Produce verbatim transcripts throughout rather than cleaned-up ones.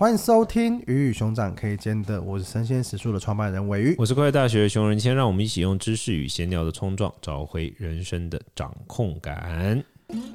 欢迎收听鱼与熊掌可以兼得，我是生鲜食宿的创办人尾鱼， 我是快乐大学的熊仁谦，让我们一起用知识与闲聊的冲撞，找回人生的掌控感。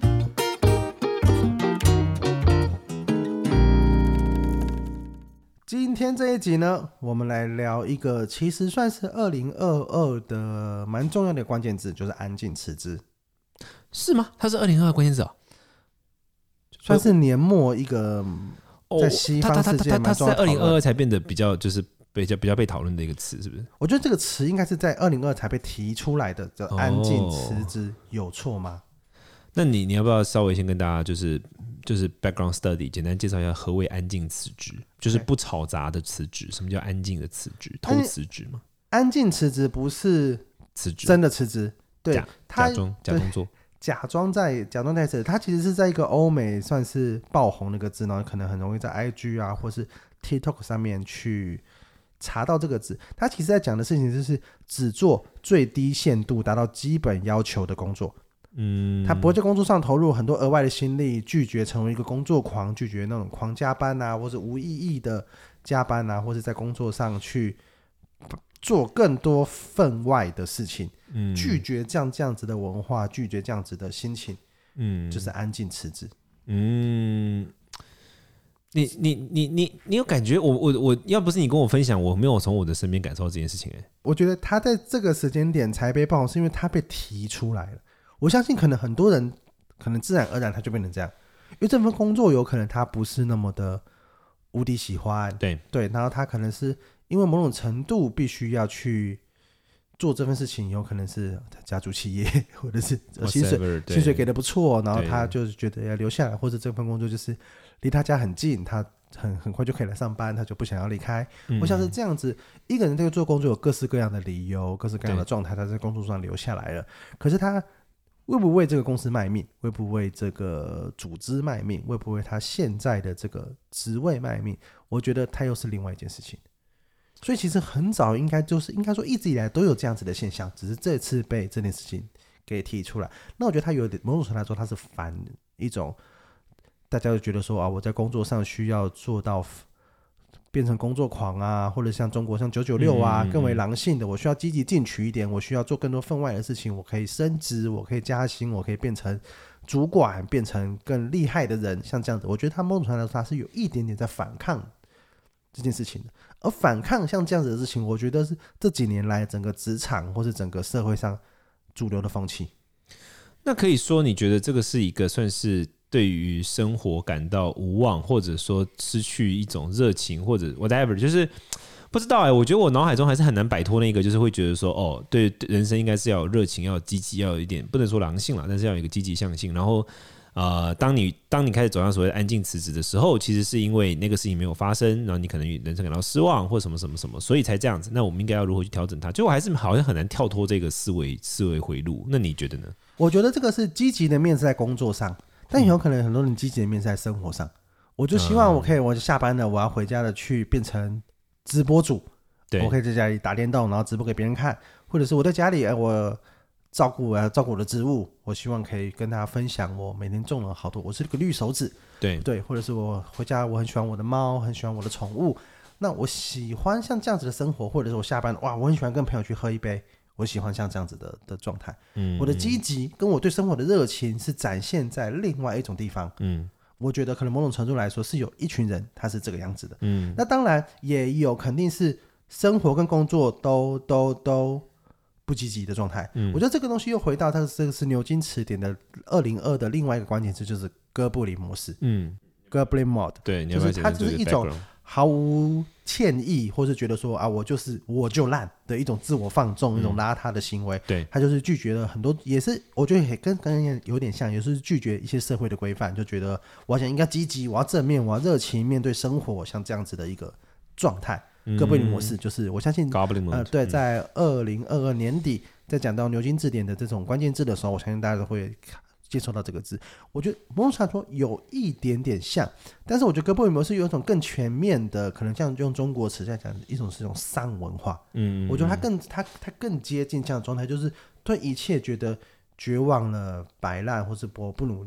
今天这一集呢，我们来聊一个其实算是二零二二的蛮重要的关键字，就是安静辞职。 是吗？它是二零二二关键字哦， 算是年末一个在西方世界蛮重要的讨论。 它是在二零二二才变得比较就是比较比较被讨论的一个词，是不是？ 我觉得这个词应该是在二零二二才被提出来的，叫安静辞职，有错吗？ 那你你要不要稍微先跟大家就是就是 background study 简单介绍一下何谓安静辞职？就是不吵杂的辞职。什么叫安静的辞职？偷辞职吗？ 安静辞职不是辞职， 真的辞职，对， 假假装假装做。 假装在假装在这，它其实是在一个欧美算是爆红的一个字，然后可能很容易在 I G 啊或是 TikTok 上面去查到这个字。它其实在讲的事情就是只做最低限度达到基本要求的工作。嗯，他不会在工作上投入很多额外的心力，拒绝成为一个工作狂，拒绝那种狂加班啊，或是无意义的加班啊，或是在工作上去做更多分外的事情。嗯，拒绝这样这样子的文化，拒绝这样子的心情，嗯，就是安静辞职。嗯， 你你你你你有感觉？我我我要不是你跟我分享，我没有从我的身边感受到这件事情、欸。 我觉得他在这个时间点才被爆红，是因为他被提出来了。我相信可能很多人可能自然而然他就变成这样，因为这份工作有可能他不是那么的无敌喜欢， 对对，然后他可能是因为某种程度必须要去做这份事情，有可能是家族企业或者是薪水薪水给的不错，然后他就是觉得要留下来，或者这份工作就是离他家很近，他很很快就可以来上班，他就不想要离开。嗯、我想是这样子，一个人这个做工作有各式各样的理由，各式各样的状态，他在工作上留下来了，可是他为不为这个公司卖命，为不为这个组织卖命，为不为他现在的这个职位卖命，我觉得他又是另外一件事情。所以其实很早应该就是应该说一直以来都有这样子的现象，只是这次被这件事情给提出来。那我觉得他有点某种程度来说，他是反一种大家就觉得说啊，我在工作上需要做到变成工作狂啊，或者像中国像九九六啊、嗯、更为狼性的，我需要积极进取一点，我需要做更多分外的事情，我可以升职，我可以加薪，我可以变成主管，变成更厉害的人，像这样子。我觉得他某种程度来说他是有一点点在反抗这件事情的。而反抗像这样子的事情，我觉得是这几年来整个职场或是整个社会上主流的风气。 那可以说你觉得这个是一个算是对于生活感到无望，或者说失去一种热情，或者 whatever， 就是不知道哎、欸，我觉得我脑海中还是很难摆脱那个，就是会觉得说，哦，对人生应该是要有热情，要有积极，要有一点不能说狼性啦，但是要有一个积极向性。然后，呃，当你当你开始走向所谓的安静辞职的时候，其实是因为那个事情没有发生，然后你可能人生感到失望，或什么什么什么，所以才这样子。那我们应该要如何去调整它？就我还是好像很难跳脱这个思维思维回路。那你觉得呢？ 我觉得这个是积极的面是在工作上。但有可能很多人积极的面是在生活上，我就希望我可以，我下班了，我要回家了，去变成直播主，我可以在家里打电动，然后直播给别人看，或者是我在家里，我照顾我照顾我的植物，我希望可以跟大家分享我每天种了好多，我是个绿手指， 对对，或者是我回家我很喜欢我的猫，很喜欢我的宠物，那我喜欢像这样子的生活，或者是我下班哇，我很喜欢跟朋友去喝一杯。我喜欢像这样子 的, 的状态、嗯，我的积极跟我对生活的热情是展现在另外一种地方。嗯，我觉得可能某种程度来说是有一群人他是这个样子的。嗯，那当然也有肯定是生活跟工作都都都不积极的状态。嗯，我觉得这个东西又回到它这个是牛津词典的二零二的另外一个关键词，就是哥布林模式。嗯，哥布林 mode， 对， 就是它就是一种毫无歉意，或是觉得说啊，我就是我就烂的一种自我放纵、嗯、一种邋遢的行为。 对， 他就是拒绝了很多，也是我觉得也跟跟人有点像，也是拒绝一些社会的规范，就觉得我想应该积极，我要正面，我要热情面对生活，像这样子的一个状态。哥布林模式就是我相信，呃，对，在二零二二年底，在讲到牛津字典的这种关键字的时候，我相信大家都会接受到这个字。我觉得某种程度说有一点点像，但是我觉得哥布林模式有一种更全面的，可能像用中国词在讲一种是一种丧文化。嗯，我觉得它更它它更接近这样的状态，就是对一切觉得绝望了、摆烂或是不不努力，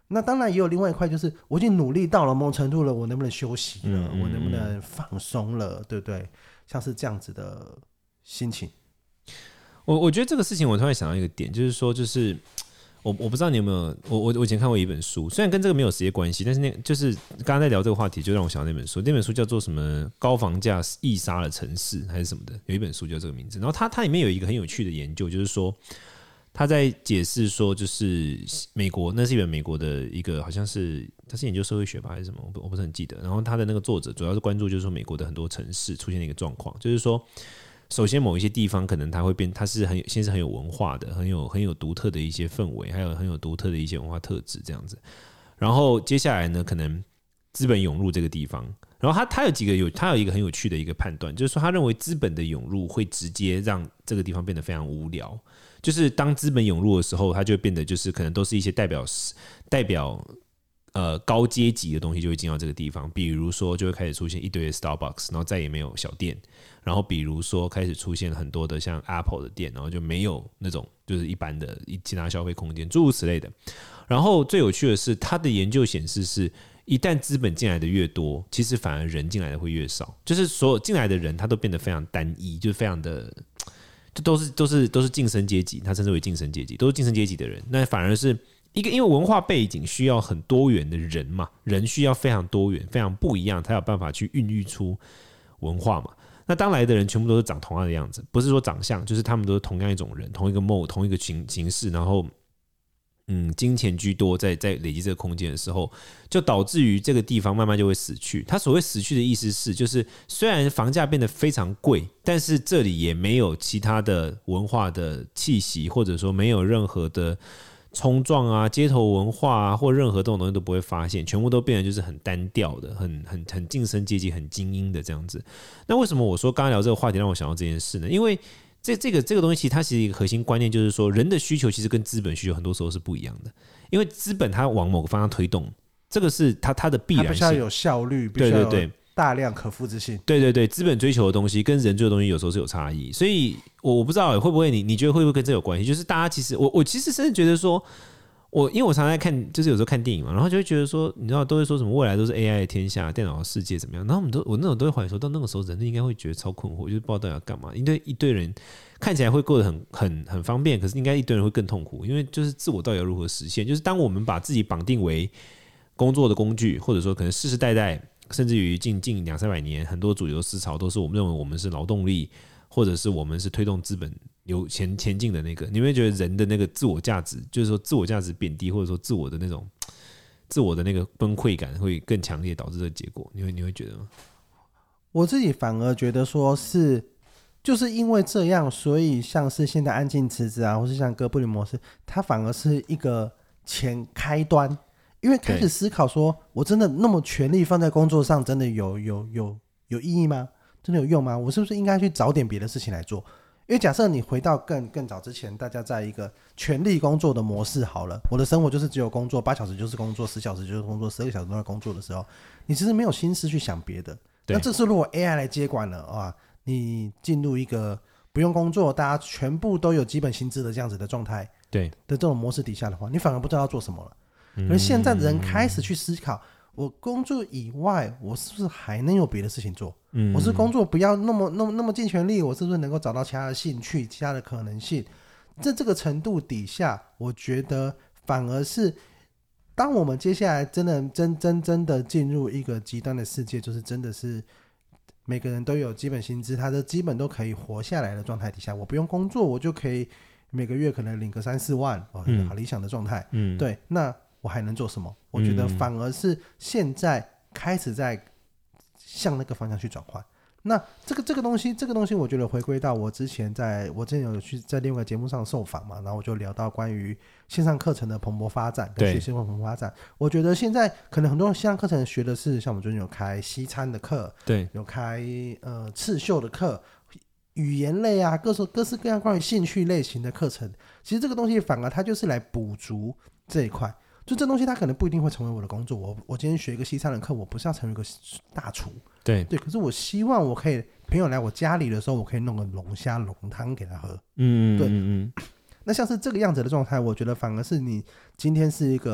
那当然也有另外一块，就是我已经努力到了某种程度了，我能不能休息了？嗯、我能不能放松了？对不对？像是这样子的心情。 我我觉得这个事情，我突然想到一个点，就是说，就是我我不知道你有没有，我我我以前看过一本书，虽然跟这个没有直接关系，但是那就是刚刚在聊这个话题，就让我想到那本书。那本书叫做什么？高房价缢杀了城市，还是什么的？有一本书叫这个名字。然后它它里面有一个很有趣的研究，就是说他在解释说，就是美国，那是一本美国的一个，好像是他是研究社会学吧，还是什么，我不我不是很记得。然后他的那个作者主要是关注，就是说美国的很多城市出现的一个状况，就是说。首先，某一些地方可能它会变，它是很有，先是很有文化的，很有很有独特的一些氛围，还有很有独特的一些文化特质这样子。然后接下来呢，可能资本涌入这个地方，然后他他有几个有，他有一个很有趣的一个判断，就是说他认为资本的涌入会直接让这个地方变得非常无聊。就是当资本涌入的时候，它就会变得就是可能都是一些代表代表。呃，高阶级的东西就会进到这个地方，比如说就会开始出现一堆的 Starbucks， 然后再也没有小店，然后比如说开始出现很多的像 Apple 的店，然后就没有那种就是一般的其他消费空间，诸如此类的。然后最有趣的是，他的研究显示是，一旦资本进来的越多，其实反而人进来的会越少，就是所有进来的人他都变得非常单一，就是非常的。就都是都是都是晋升阶级，他称之为晋升阶级，都是晋升阶级的人，那反而是。一个因为文化背景需要很多元的人嘛，人需要非常多元、非常不一样，才有办法去孕育出文化嘛。那当来的人全部都是长同样的样子，不是说长相，就是他们都是同样一种人，同一个 mode， 同一个形形式，然后嗯，金钱居多，在在累积这个空间的时候，就导致于这个地方慢慢就会死去。它所谓死去的意思是，就是虽然房价变得非常贵，但是这里也没有其他的文化的气息，或者说没有任何的。冲撞啊，街头文化啊，或任何这种东西都不会发现，全部都变成就是很单调的、很很很晋升阶级、很精英的这样子。那为什么我说刚刚聊这个话题让我想到这件事呢？因为这这个这个东西，其实它其实一个核心观念就是说，人的需求其实跟资本需求很多时候是不一样的。因为资本它往某个方向推动，这个是它它的必然性，它必须要有效率，必须要有大量可复制性。 对对对，资本追求的东西跟人追求的东西有时候是有差异，所以我我不知道会不会你你觉得会不会跟这有关系？就是大家其实我我其实甚至觉得说。我因为我常常在看，就是有时候看电影嘛，然后就会觉得说，你知道，都会说什么未来都是 A I 的天下，电脑的世界怎么样？然后我们都我那种都会怀疑说，到那个时候人类应该会觉得超困惑，就是不知道到底要干嘛。因为一堆人看起来会过得很很很方便，可是应该一堆人会更痛苦，因为就是自我到底要如何实现？就是当我们把自己绑定为工作的工具，或者说可能世世代代，甚至于近近两三百年，很多主流思潮都是我们认为我们是劳动力，或者是我们是推动资本。有前前进的那个，你会觉得人的那个自我价值，就是说自我价值贬低，或者说自我的那种自我的那个崩溃感会更强烈，导致这个结果。你会你会觉得吗？ 我自己反而觉得说是，就是因为这样，所以像是现在安静辞职啊，或是像哥布林模式，它反而是一个前开端，因为开始思考说，我真的那么全力放在工作上，真的有有有有意义吗？真的有用吗？我是不是应该去找点别的事情来做？因为假设你回到更更早之前，大家在一个全力工作的模式好了，我的生活就是只有工作，八小时就是工作，十小时就是工作，十二个小时都在工作的时候，你其实没有心思去想别的。那这时候如果 A I 来接管了啊，你进入一个不用工作，大家全部都有基本薪资的这样子的状态， 对的这种模式底下的话，你反而不知道要做什么了。可是现在人开始去思考。我工作以外，我是不是还能有别的事情做？嗯，我是工作不要那么那么那么尽全力，我是不是能够找到其他的兴趣、其他的可能性？在这个程度底下，我觉得反而是当我们接下来真的真真真的进入一个极端的世界，就是真的是每个人都有基本薪资，他的基本都可以活下来的状态底下，我不用工作，我就可以每个月可能领个三四万，哦，好理想的状态。嗯，对，那。我还能做什么？我觉得反而是现在开始在向那个方向去转换。那这个这个东西，这个东西，我觉得回归到我之前在我之前有去在另外一个节目上受访嘛，然后我就聊到关于线上课程的蓬勃发展跟学习蓬勃发展。我觉得现在可能很多线上课程学的是，像我们最近有开西餐的课， 对， 有开呃刺绣的课。语言类啊，各式各式各样关于兴趣类型的课程，其实这个东西反而它就是来补足这一块。就这东西它可能不一定会成为我的工作，我我今天学一个西餐的课，我不是要成为一个大厨， 对对，可是我希望我可以朋友来我家里的时候，我可以弄个龙虾龙汤给他喝，嗯对嗯嗯。那像是这个样子的状态，我觉得反而是你今天是一个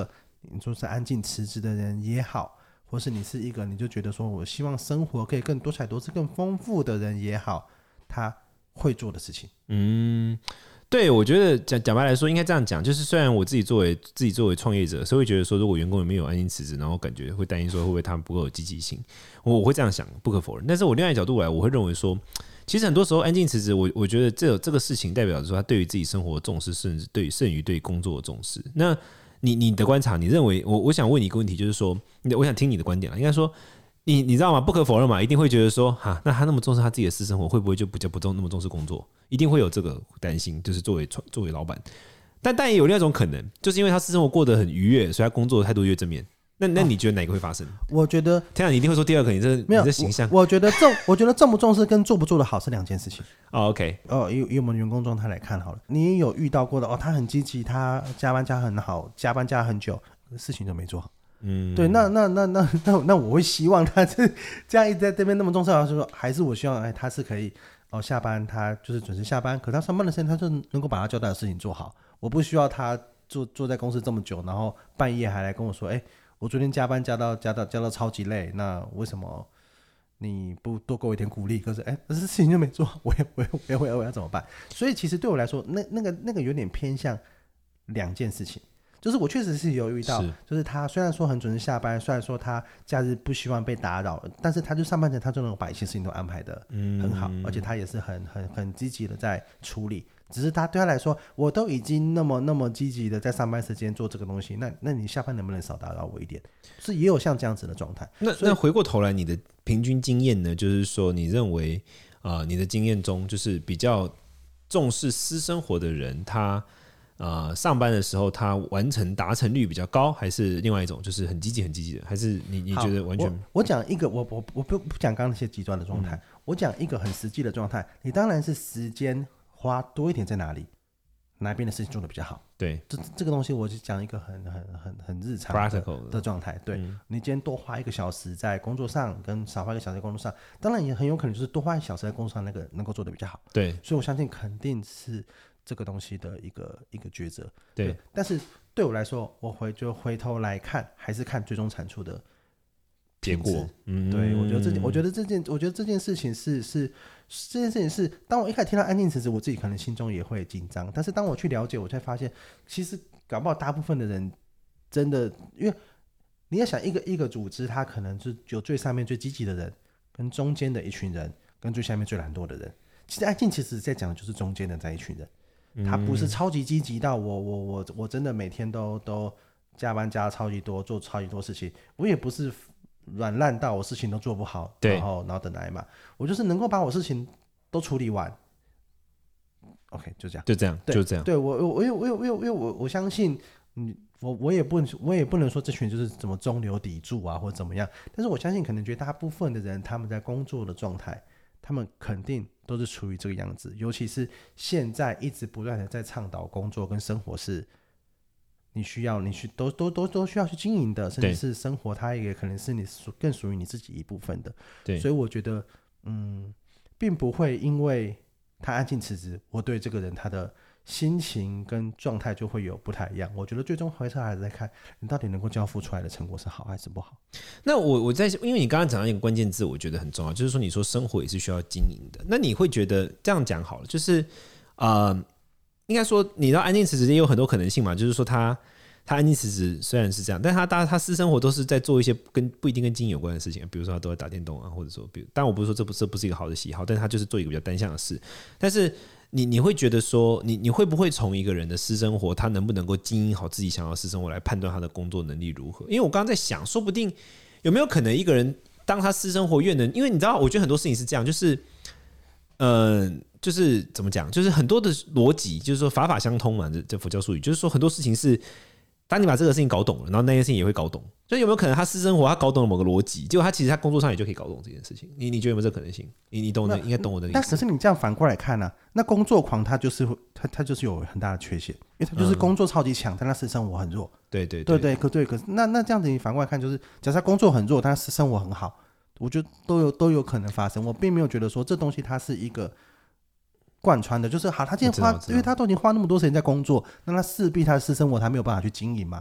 你说是安静辞职的人也好，或是你是一个你就觉得说我希望生活可以更多彩多姿更丰富的人也好，他会做的事情。 嗯，对，我觉得讲讲白来说，应该这样讲，就是虽然我自己作为自己作为创业者，所以会觉得说，如果员工也没有安心辞职，然后感觉会担心说会不会他们不够有积极性，我我会这样想，不可否认。但是我另外一个角度来，我会认为说，其实很多时候安静辞职，我我觉得这这个事情代表着说他对于自己生活的重视，甚至对胜于对工作的重视。那你你的观察，你认为我我想问你一个问题，就是说，我想听你的观点了，应该说。你你知道吗？不可否认嘛，一定会觉得说，哈，那他那么重视他自己的私生活，会不会就比较不重那么重视工作？一定会有这个担心，就是作为作为老板，但但也有另外一种可能，就是因为他私生活过得很愉悦，所以他工作的态度越正面。那那你觉得哪个会发生？哦、 我觉得， 天啊，你一定会说第二个，你这没有你这形象。 我, 我觉得重，我觉得重不重视跟做不做得好是两件事情。 哦 ，OK， 哦，以以我们员工状态来看好了，你有遇到过的哦，他很积极，他加班加很好，加班加很久，事情都没做好。嗯，对，那那那那那那我会希望他是这样一直在这边那么重视，就是说，还是我希望哎，他是可以哦下班，他就是准时下班，可他上班的时间他就能够把他交代的事情做好，我不需要他坐坐在公司这么久，然后半夜还来跟我说，哎，我昨天加班加到加到加到超级累，那为什么你不多给我一点鼓励？可是哎，这事情就没做，我也我也我也我也我要怎么办？所以其实对我来说，那那个那个有点偏向两件事情。就是我确实是有遇到，就是他虽然说很准时下班，虽然说他假日不希望被打扰，但是他就上班前他就能把一些事情都安排得很好，嗯、而且他也是很很很积极的在处理。只是他对他来说，我都已经那么那么积极的在上班时间做这个东西，那那你下班能不能少打扰我一点？是也有像这样子的状态。 那那回过头来，你的平均经验呢？就是说，你认为啊、呃，你的经验中，就是比较重视私生活的人，他。呃，上班的时候他完成达成率比较高，还是另外一种就是很积极很积极的，还是你你觉得完全？ 我, 我讲一个，我我我不不讲刚刚那些极端的状态、嗯，我讲一个很实际的状态。你当然是时间花多一点在哪里，哪边的事情做得比较好。 对， 这这个东西我就讲一个很很很很日常 practical 的状态。对、嗯，你今天多花一个小时在工作上，跟少花一个小时在工作上，当然也很有可能就是多花一个小时在工作上那个能够做得比较好。 对， 所以我相信肯定是。这个东西的一个一个抉择， 对, 对，但是对我来说，我回就回头来看，还是看最终产出的结果。嗯， 对，我觉得这件，我觉得这件，我觉得这件事情是是这件事情是，当我一开始听到安静辞职，我自己可能心中也会紧张，但是当我去了解，我才发现，其实搞不好大部分的人真的，因为你要想一个一个组织，它可能是有最上面最积极的人，跟中间的一群人，跟最下面最懒惰的人。其实安静其实在讲的就是中间的这一群人。他不是超级积极到我我我我真的每天都都加班加超级多，做超级多事情。我也不是软烂到我事情都做不好，然后然后等挨骂。我就是能够把我事情都处理完。OK， 就这样， 就这样，就这样。 对我我我我我我我我相信，嗯，我我也不我也不能说这群就是怎么中流砥柱啊，或者怎么样。但是我相信，可能绝大部分的人他们在工作的状态。他们肯定都是处于这个样子，尤其是现在一直不断的在倡导工作跟生活是你需要你去都都都都需要去经营的，甚至是生活它也可能是你更属于你自己一部分的。对，所以我觉得嗯，并不会因为他安静辞职，我对这个人他的心情跟状态就会有不太一样。我觉得最终回头还是在看你到底能够交付出来的成果是好还是不好。 那我我在因为你刚刚讲到一个关键字，我觉得很重要，就是说你说生活也是需要经营的。那你会觉得这样讲好了，就是呃，应该说你知道安静辞职也有很多可能性嘛，就是说他他安静辞职虽然是这样，但他他他私生活都是在做一些跟不一定跟经营有关的事情，比如说他都在打电动啊，或者说比如，但我不是说这不这不是一个好的喜好，但是他就是做一个比较单向的事，但是。你你会觉得说，你你会不会从一个人的私生活，他能不能够经营好自己想要的私生活来判断他的工作能力如何？因为我刚刚在想，说不定有没有可能一个人当他私生活越能，因为你知道，我觉得很多事情是这样，就是，嗯、呃，就是怎么讲，就是很多的逻辑，就是说法法相通嘛，这这佛教术语，就是说很多事情是。当你把这个事情搞懂了，然后那件事情也会搞懂，所以有没有可能他私生活他搞懂了某个逻辑，结果他其实他工作上也就可以搞懂这件事情？你你觉得有没有这个可能性？你你懂的，应该懂我的意思。 但可是你这样反过来看呢、啊？那工作狂他就是他他就是有很大的缺陷，因为他就是工作超级强，嗯、但他私生活很弱。 对对对对对，可对可是那那这样子你反过来看，就是假设他工作很弱，但他私生活很好，我觉得都有都有可能发生。我并没有觉得说这东西它是一个。贯穿的就是好，他今天花，因为他都已经花那么多时间在工作，那他势必他的私生活他没有办法去经营嘛，对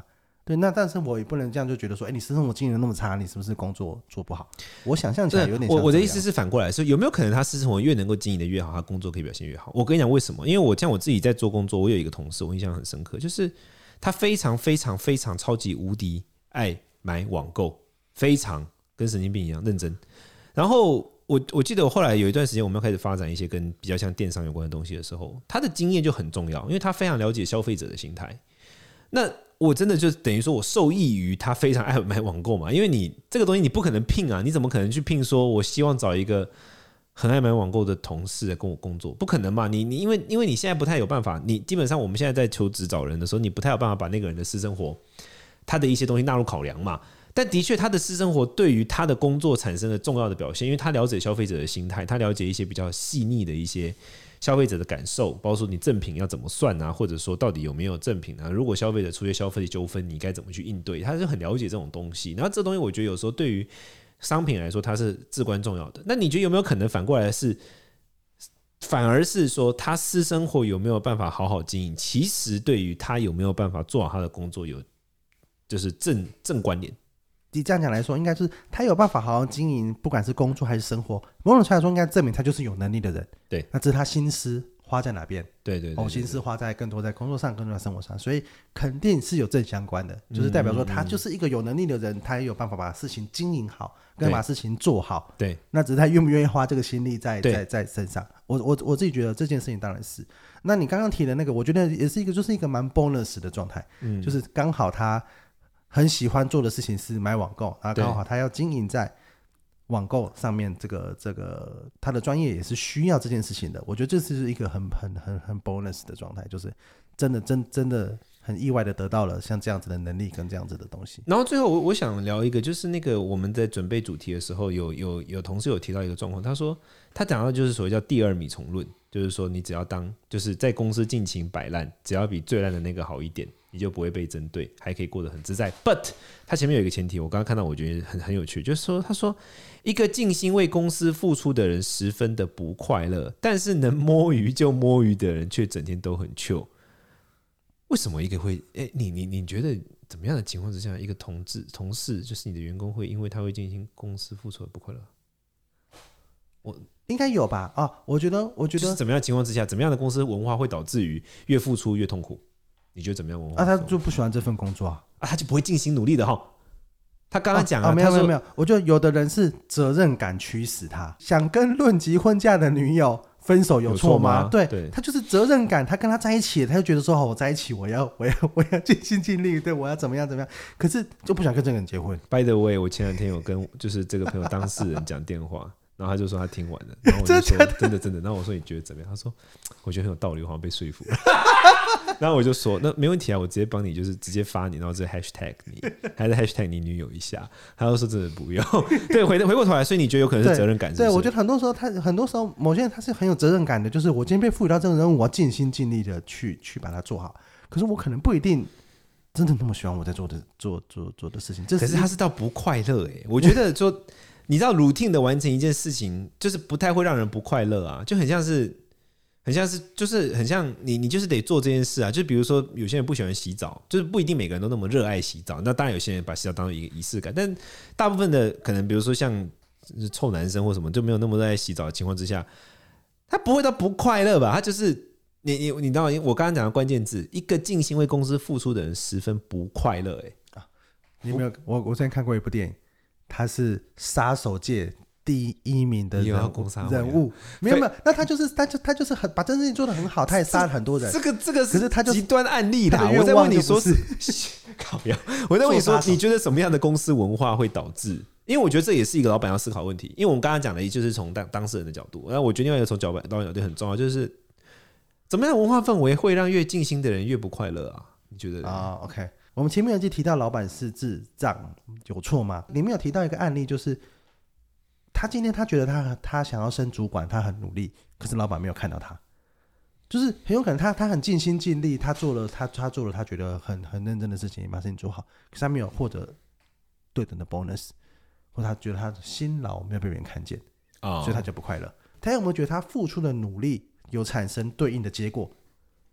对，那但是我也不能这样就觉得说，哎、欸，你私生活经营的那么差，你是不是工作做不好？我想象起来有点像我我的意思是反过来，所以有没有可能他私生活越能够经营的越好，他工作可以表现越好？我跟你讲为什么？因为我像我自己在做工作，我有一个同事，我印象很深刻，就是他非常非常非常超级无敌爱买网购，非常跟神经病一样认真。然后我我记得我后来有一段时间，我们要开始发展一些跟比较像电商有关的东西的时候，他的经验就很重要，因为他非常了解消费者的心态。那我真的就等于说我受益于他非常爱买网购嘛，因为你这个东西你不可能聘啊，你怎么可能去聘说我希望找一个很爱买网购的同事来跟我工作？不可能嘛！你你因为因为你现在不太有办法，你基本上我们现在在求职找人的时候，你不太有办法把那个人的私生活他的一些东西纳入考量嘛。但的确，他的私生活对于他的工作产生了重要的表现，因为他了解消费者的心态，他了解一些比较细腻的一些消费者的感受，包括说你赠品要怎么算啊，或者说到底有没有赠品啊？如果消费者出现消费纠纷，你该怎么去应对？他就很了解这种东西。然后这东西，我觉得有时候对于商品来说，它是至关重要的。那你觉得有没有可能反过来是，反而是说他私生活有没有办法好好经营，其实对于他有没有办法做好他的工作有就是正正关联。 你这样讲来说，应该是他有办法好好经营，不管是工作还是生活，某种程度来说，应该证明他就是有能力的人。 对， 那只是他心思花在哪边？ 对对 对, 对, 对, 对，哦，心思花在更多在工作上，更多在生活上，所以肯定是有正相关的，就是代表说他就是一个有能力的人，他也有办法把事情经营好，跟把事情做好。 对， 那只是他愿不愿意花这个心力在在在身上。我我我自己觉得这件事情当然是。那你刚刚提的那个，我觉得也是一个，就是一个蛮 bonus 的状态，嗯，就是刚好他很喜欢做的事情是买网购，然后刚好他要经营在网购上面，这个这个他的专业也是需要这件事情的。我觉得这是一个很很很很 bonus 的状态，就是真的真真的很意外的得到了像这样子的能力跟这样子的东西。 然后最后 我, 我想聊一个，就是那个我们在准备主题的时候，有有有同事有提到一个状况，他说他讲到就是所谓叫第二米虫论，就是说你只要当就是在公司尽情摆烂，只要比最烂的那个好一点，你就不会被针对，还可以过得很自在。But 他前面有一个前提，我刚刚看到我觉得 很, 很有趣，就是说他说一个尽心为公司付出的人十分的不快乐，但是能摸鱼就摸鱼的人却整天都很 chill。 为什么一个会、欸、你, 你, 你觉得怎么样的情况之下，一个同志同事就是你的员工会因为他会尽心公司付出而不快乐？ 我应该有吧？啊，我觉得我觉得、 就是、怎么样的情况之下，怎么样的公司文化会导致于越付出越痛苦？你觉得怎么样文化？ 啊，他就不喜欢这份工作啊， 啊他就不会尽心努力的哈。他刚刚讲了、 啊啊，没有没有没有，我觉得有的人是责任感驱使他，想跟论及婚嫁的女友分手有错吗？对，对，他就是责任感，他跟他在一起，他就觉得说，哦，我在一起，我要我要我要尽心尽力，对，我要怎么样怎么样，可是就不想跟这个人结婚。 By the way， 我前两天有跟就是这个朋友当事人讲电话。然后他就说他听完了，然后我就说真的真的，然后我说你觉得怎么样？他说我觉得很有道理，我好像被说服了。然后我就说那没问题啊，我直接帮你，就是直接发你，然后直接 hashtag 你，还是 hashtag 你女友一下。他就说真的不用。对，回回过头来，所以你觉得有可能是责任感是不是？ 对，我觉得很多时候他很多时候某些人他是很有责任感的，就是我今天被赋予到这个任务，我要尽心尽力的去去把它做好。可是我可能不一定真的那么喜欢我在做的做做做的事情。这是可是他是到不快乐哎、欸，我觉得说。你知道 routine 的完成一件事情，就是不太会让人不快乐啊，就很像是，很像是，就是很像你，你就是得做这件事啊。就比如说，有些人不喜欢洗澡，就是不一定每个人都那么热爱洗澡。那当然，有些人把洗澡当成一个仪式感，但大部分的可能，比如说像臭男生或什么，就没有那么热爱洗澡的情况之下，他不会到不快乐吧？他就是你你你知道，我刚刚讲的关键字，一个尽心为公司付出的人十分不快乐、欸。哎、啊， 你有没有？我我之前看过一部电影。他是杀手界第一名的人物，人物没有没有，那他就是他就他就是很把这件事情做得很好，他也杀了很多人。 这个这个可是他就极端案例啦。我在问你说是，靠腰，我在问你说，你觉得什么样的公司文化会导致？因为我觉得这也是一个老板要思考的问题。因为我们刚刚讲的，就是从当当事人的角度，那我觉得另外一个从老板角度很重要，就是怎么样的文化氛围会让越尽心的人越不快乐啊？你觉得啊、oh, ？OK。我们前面有集提到老板是智障，有错吗？里面有提到一个案例，就是他今天他觉得他他想要升主管，他很努力，可是老板没有看到他，就是很有可能他他很尽心尽力，他做了他他做了他觉得很很认真的事情，把事情做好，可是他没有获得对等的 bonus， 或他觉得他的辛劳没有被别人看见，哦、所以他就不快乐。他有没有觉得他付出的努力有产生对应的结果？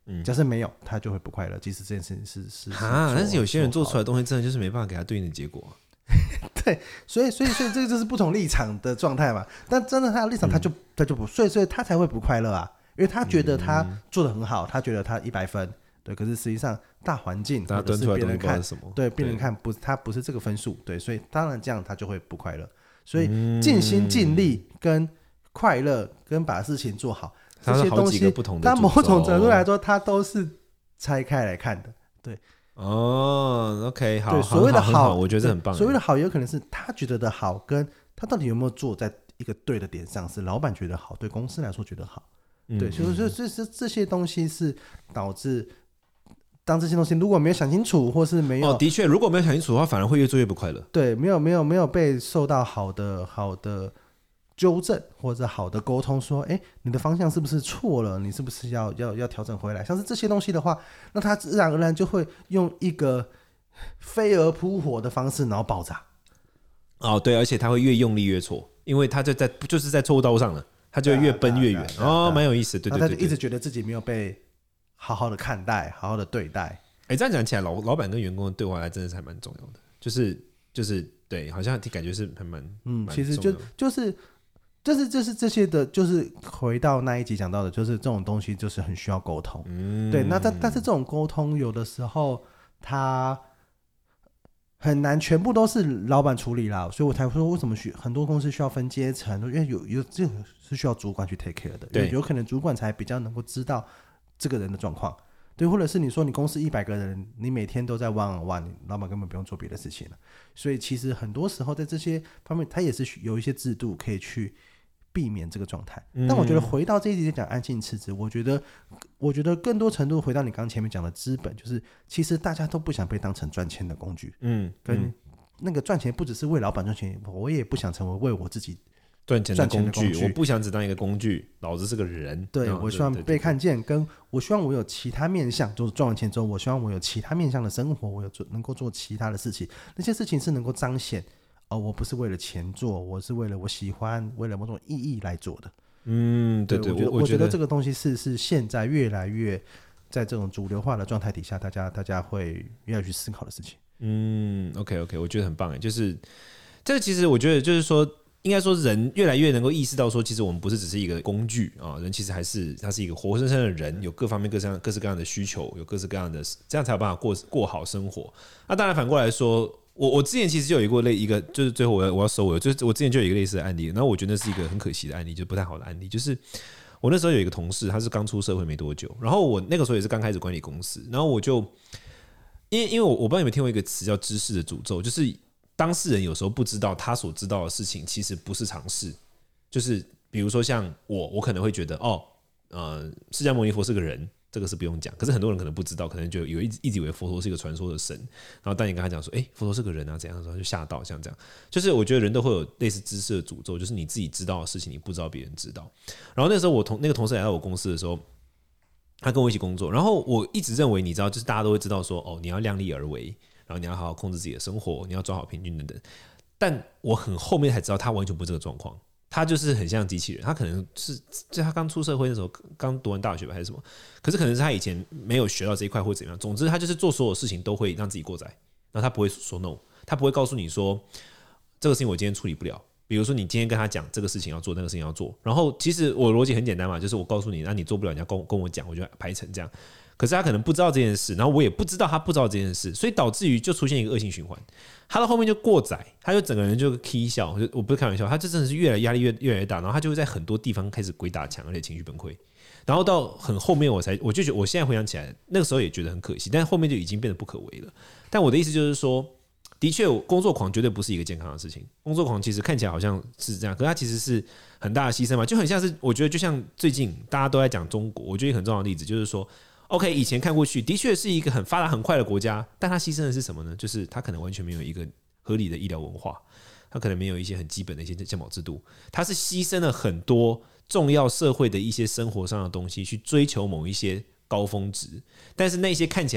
嗯、假设没有，他就会不快乐。即使这件事情是是啊，但是有些人做出来的东西真的就是没办法给他对应的结果。 对，所以所以所以这个就是不同立场的状态嘛。但真的他的立场他就、嗯、他就不，所以所以他才会不快乐啊，因为他觉得他做得很好，他觉得他一百分，对，可是实际上大环境或者是别人看，对别人看不他不是这个分数，对，所以当然这样他就会不快乐。所以尽心尽力跟快乐跟把事情做好，这些东西，它某种程度来说，它都是拆开来看的，对。 哦 ，OK， 好， 对，所谓的好， 好我觉得这很棒。 所谓的好，有可能是他觉得的好，跟他到底有没有做在一个对的点上，是老板觉得好，对公司来说觉得好，嗯、对，所以说这这这些东西是导致，当这些东西如果没有想清楚，或是没有， 哦，的确，如果没有想清楚的话，反而会越做越不快乐。 对，没有没有没有被受到好的好的纠正或者好的沟通，说，哎，你的方向是不是错了？你是不是要要要调整回来？像是这些东西的话，那他自然而然就会用一个飞蛾扑火的方式，然后爆炸。 哦，对，而且他会越用力越错，因为他就在就是在错误道路上了，他就会越奔越远。哦，蛮有意思，对对 对, 对, 对， 他就一直觉得自己没有被好好的看待，好好的对待。 哎，这样讲起来，老老板跟员工的对话还真的是还蛮重要的，就是就是对，好像感觉是还蛮嗯，其实就就是。就是就是这些的，就是回到那一集讲到的，就是这种东西就是很需要沟通，嗯，对。那但但是这种沟通有的时候它很难全部都是老板处理啦，所以我才说为什么需很多公司需要分阶层，因为有有这个是需要主管去 take care 的，对，有可能主管才比较能够知道这个人的状况，对，或者是你说你公司一百个人，你每天都在 one on one， 老板根本不用做别的事情了，所以其实很多时候在这些方面，他也是有一些制度可以去避免这个状态。但我觉得回到这一集讲安静辞职，我觉得我觉得更多程度回到你刚刚前面讲的资本，就是其实大家都不想被当成赚钱的工具，嗯，跟那个赚钱不只是为老板赚钱，我也不想成为为我自己赚钱的工具，我不想只当一个工具，老子是个人。 对，我希望被看见，跟我希望我有其他面向，就是赚完钱之后，我希望我有其他面向的生活，我有做能够做其他的事情，那些事情是能够彰显哦，我不是为了钱做，我是为了我喜欢，为了某种意义来做的。 嗯，对对， 我觉得我觉得这个东西是是现在越来越在这种主流化的状态底下，大家大家会越来越去思考的事情。 嗯 ，OK OK， 我觉得很棒哎，就是这个其实我觉得就是说。应该说，人越来越能够意识到说，其实我们不是只是一个工具啊，人其实还是他是一个活生生的人，有各方面各式各式各样的需求，有各式各样的，这样才有办法过过好生活。那当然反过来说，我我之前其实就有过类一个，就是最后我要我要收尾，就是我之前就有一个类似的案例，然后我觉得是一个很可惜的案例，就是不太好的案例，就是我那时候有一个同事，他是刚出社会没多久，然后我那个时候也是刚开始管理公司，然后我就因为因为我我不知道你们听过一个词叫知识的诅咒，就是。当事人有时候不知道他所知道的事情其实不是常识，就是比如说像我，我可能会觉得哦，呃，释迦牟尼佛是个人，这个是不用讲。可是很多人可能不知道，可能就有一一直以为佛陀是一个传说的神，然后当你跟他讲说，哎、欸，佛陀是个人啊，怎样的时候就吓到，像这样。就是我觉得人都会有类似知识的诅咒，就是你自己知道的事情，你不知道别人知道。然后那时候我同那个同事来到我公司的时候，他跟我一起工作，然后我一直认为，你知道，就是大家都会知道说，哦，你要量力而为。然后你要好好控制自己的生活，你要抓好平均等等。但我很后面才知道，他完全不是这个状况。他就是很像机器人，他可能是就他刚出社会的时候，刚读完大学吧还是什么，可是可能是他以前没有学到这一块或怎么样。总之，他就是做所有事情都会让自己过载，然后他不会说 no， 他不会告诉你说这个事情我今天处理不了。比如说你今天跟他讲这个事情要做，那个事情要做，然后其实我的逻辑很简单嘛，就是我告诉你，那你做不了，你要跟我跟我讲，我就排成这样。可是他可能不知道这件事，然后我也不知道他不知道这件事，所以导致于就出现一个恶性循环。他到后面就过载，他就整个人就 K 笑，我不是开玩笑，他就真的是越来压力越越来越大，然后他就会在很多地方开始鬼打墙，而且情绪崩溃。然后到很后面我才我就觉得，我现在回想起来，那个时候也觉得很可惜，但后面就已经变得不可为了。但我的意思就是说，的确，工作狂绝对不是一个健康的事情。工作狂其实看起来好像是这样，可是他其实是很大的牺牲嘛，就很像是我觉得就像最近大家都在讲中国，我觉得一个很重要的例子就是说。OK， 以前看过去的确是一个很发达很快的国家，但他牺牲的是什么呢？就是他可能完全没有一个合理的医疗文化，他可能没有一些很基本的一些健保制度，他是牺牲了很多重要社会的一些生活上的东西去追求某一些高峰值，但是那些看起来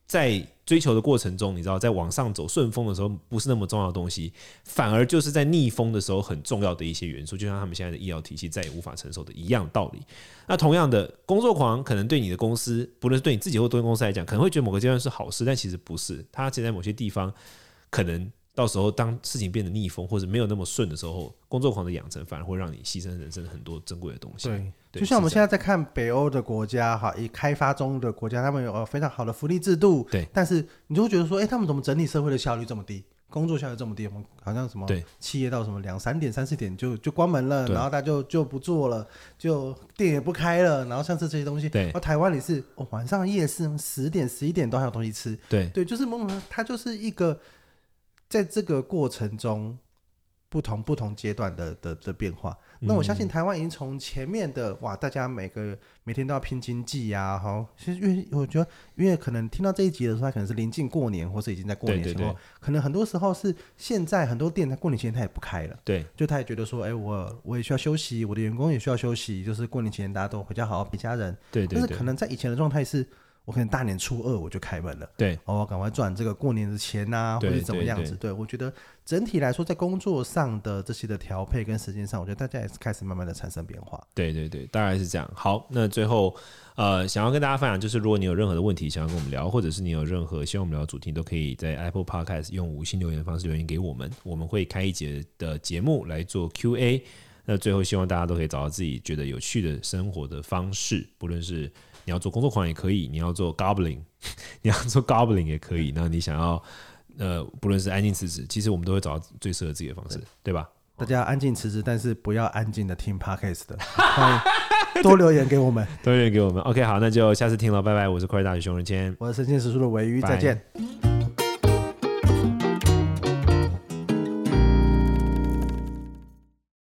在追求的过程中，你知道在往上走顺风的时候不是那么重要的东西，反而就是在逆风的时候很重要的一些元素，就像他们现在的医疗体系再也无法承受的一样道理。那同样的，工作狂可能对你的公司，不论是对你自己或对公司来讲，可能会觉得某个阶段是好事，但其实不是，它其实在某些地方可能到时候当事情变得逆风或者没有那么顺的时候，工作狂的养成反而会让你牺牲人生很多珍贵的东西。 对，对就像我们现在在看北欧的国家哈，以开发中的国家，他们有非常好的福利制度， 对， 但是你就会觉得说，哎，他们怎么整体社会的效率这么低，工作效率这么低？我们好像什么企业到什么两三点、三四点就就关门了，然后大家就就不做了，就店也不开了，然后像是这些东西， 对， 然后台湾里是、哦、晚上夜市十点、十一点都还有东西吃， 对对，就是它就是一个。在这个过程中不同不同阶段 的, 的, 的变化，那我相信台湾已经从前面的哇，大家每个每天都要拼经济啊，好，其实因为我觉得，因为可能听到这一集的时候，他可能是临近过年，或是已经在过年前后，对对对，可能很多时候是现在很多店在过年前他也不开了， 对， 就他也觉得说，哎，我我也需要休息，我的员工也需要休息，就是过年前大家都回家好好陪家人， 对对对， 但是可能在以前的状态是。我可能大年初二我就开门了， 对， 哦，赶快赚这个过年的钱啊，或者怎么样子。对，对，我觉得整体来说，在工作上的这些的调配跟时间上，我觉得大家也是开始慢慢的产生变化。 对对对，大概是这样。好，那最后呃，想要跟大家分享，就是如果你有任何的问题想要跟我们聊，或者是你有任何希望我们聊的主题，都可以在 Apple Podcast 用五星留言的方式留言给我们，我们会开一节的节目来做 Q A。那最后希望大家都可以找到自己觉得有趣的生活的方式，不论是你要做工作狂也可以，你要做 goblin 你要做 goblin 也可以，那你想要呃，不论是安静辞职，其实我们都会找到最适合自己的方式， 对, 对吧？ 大家安静辞职，但是不要安静的听 podcast 的欢迎多留言给我们多留言给我们 OK， 好，那就下次听了，拜拜。我是快乐大学熊仁谦， 我是神仙时书的维瑜，再见。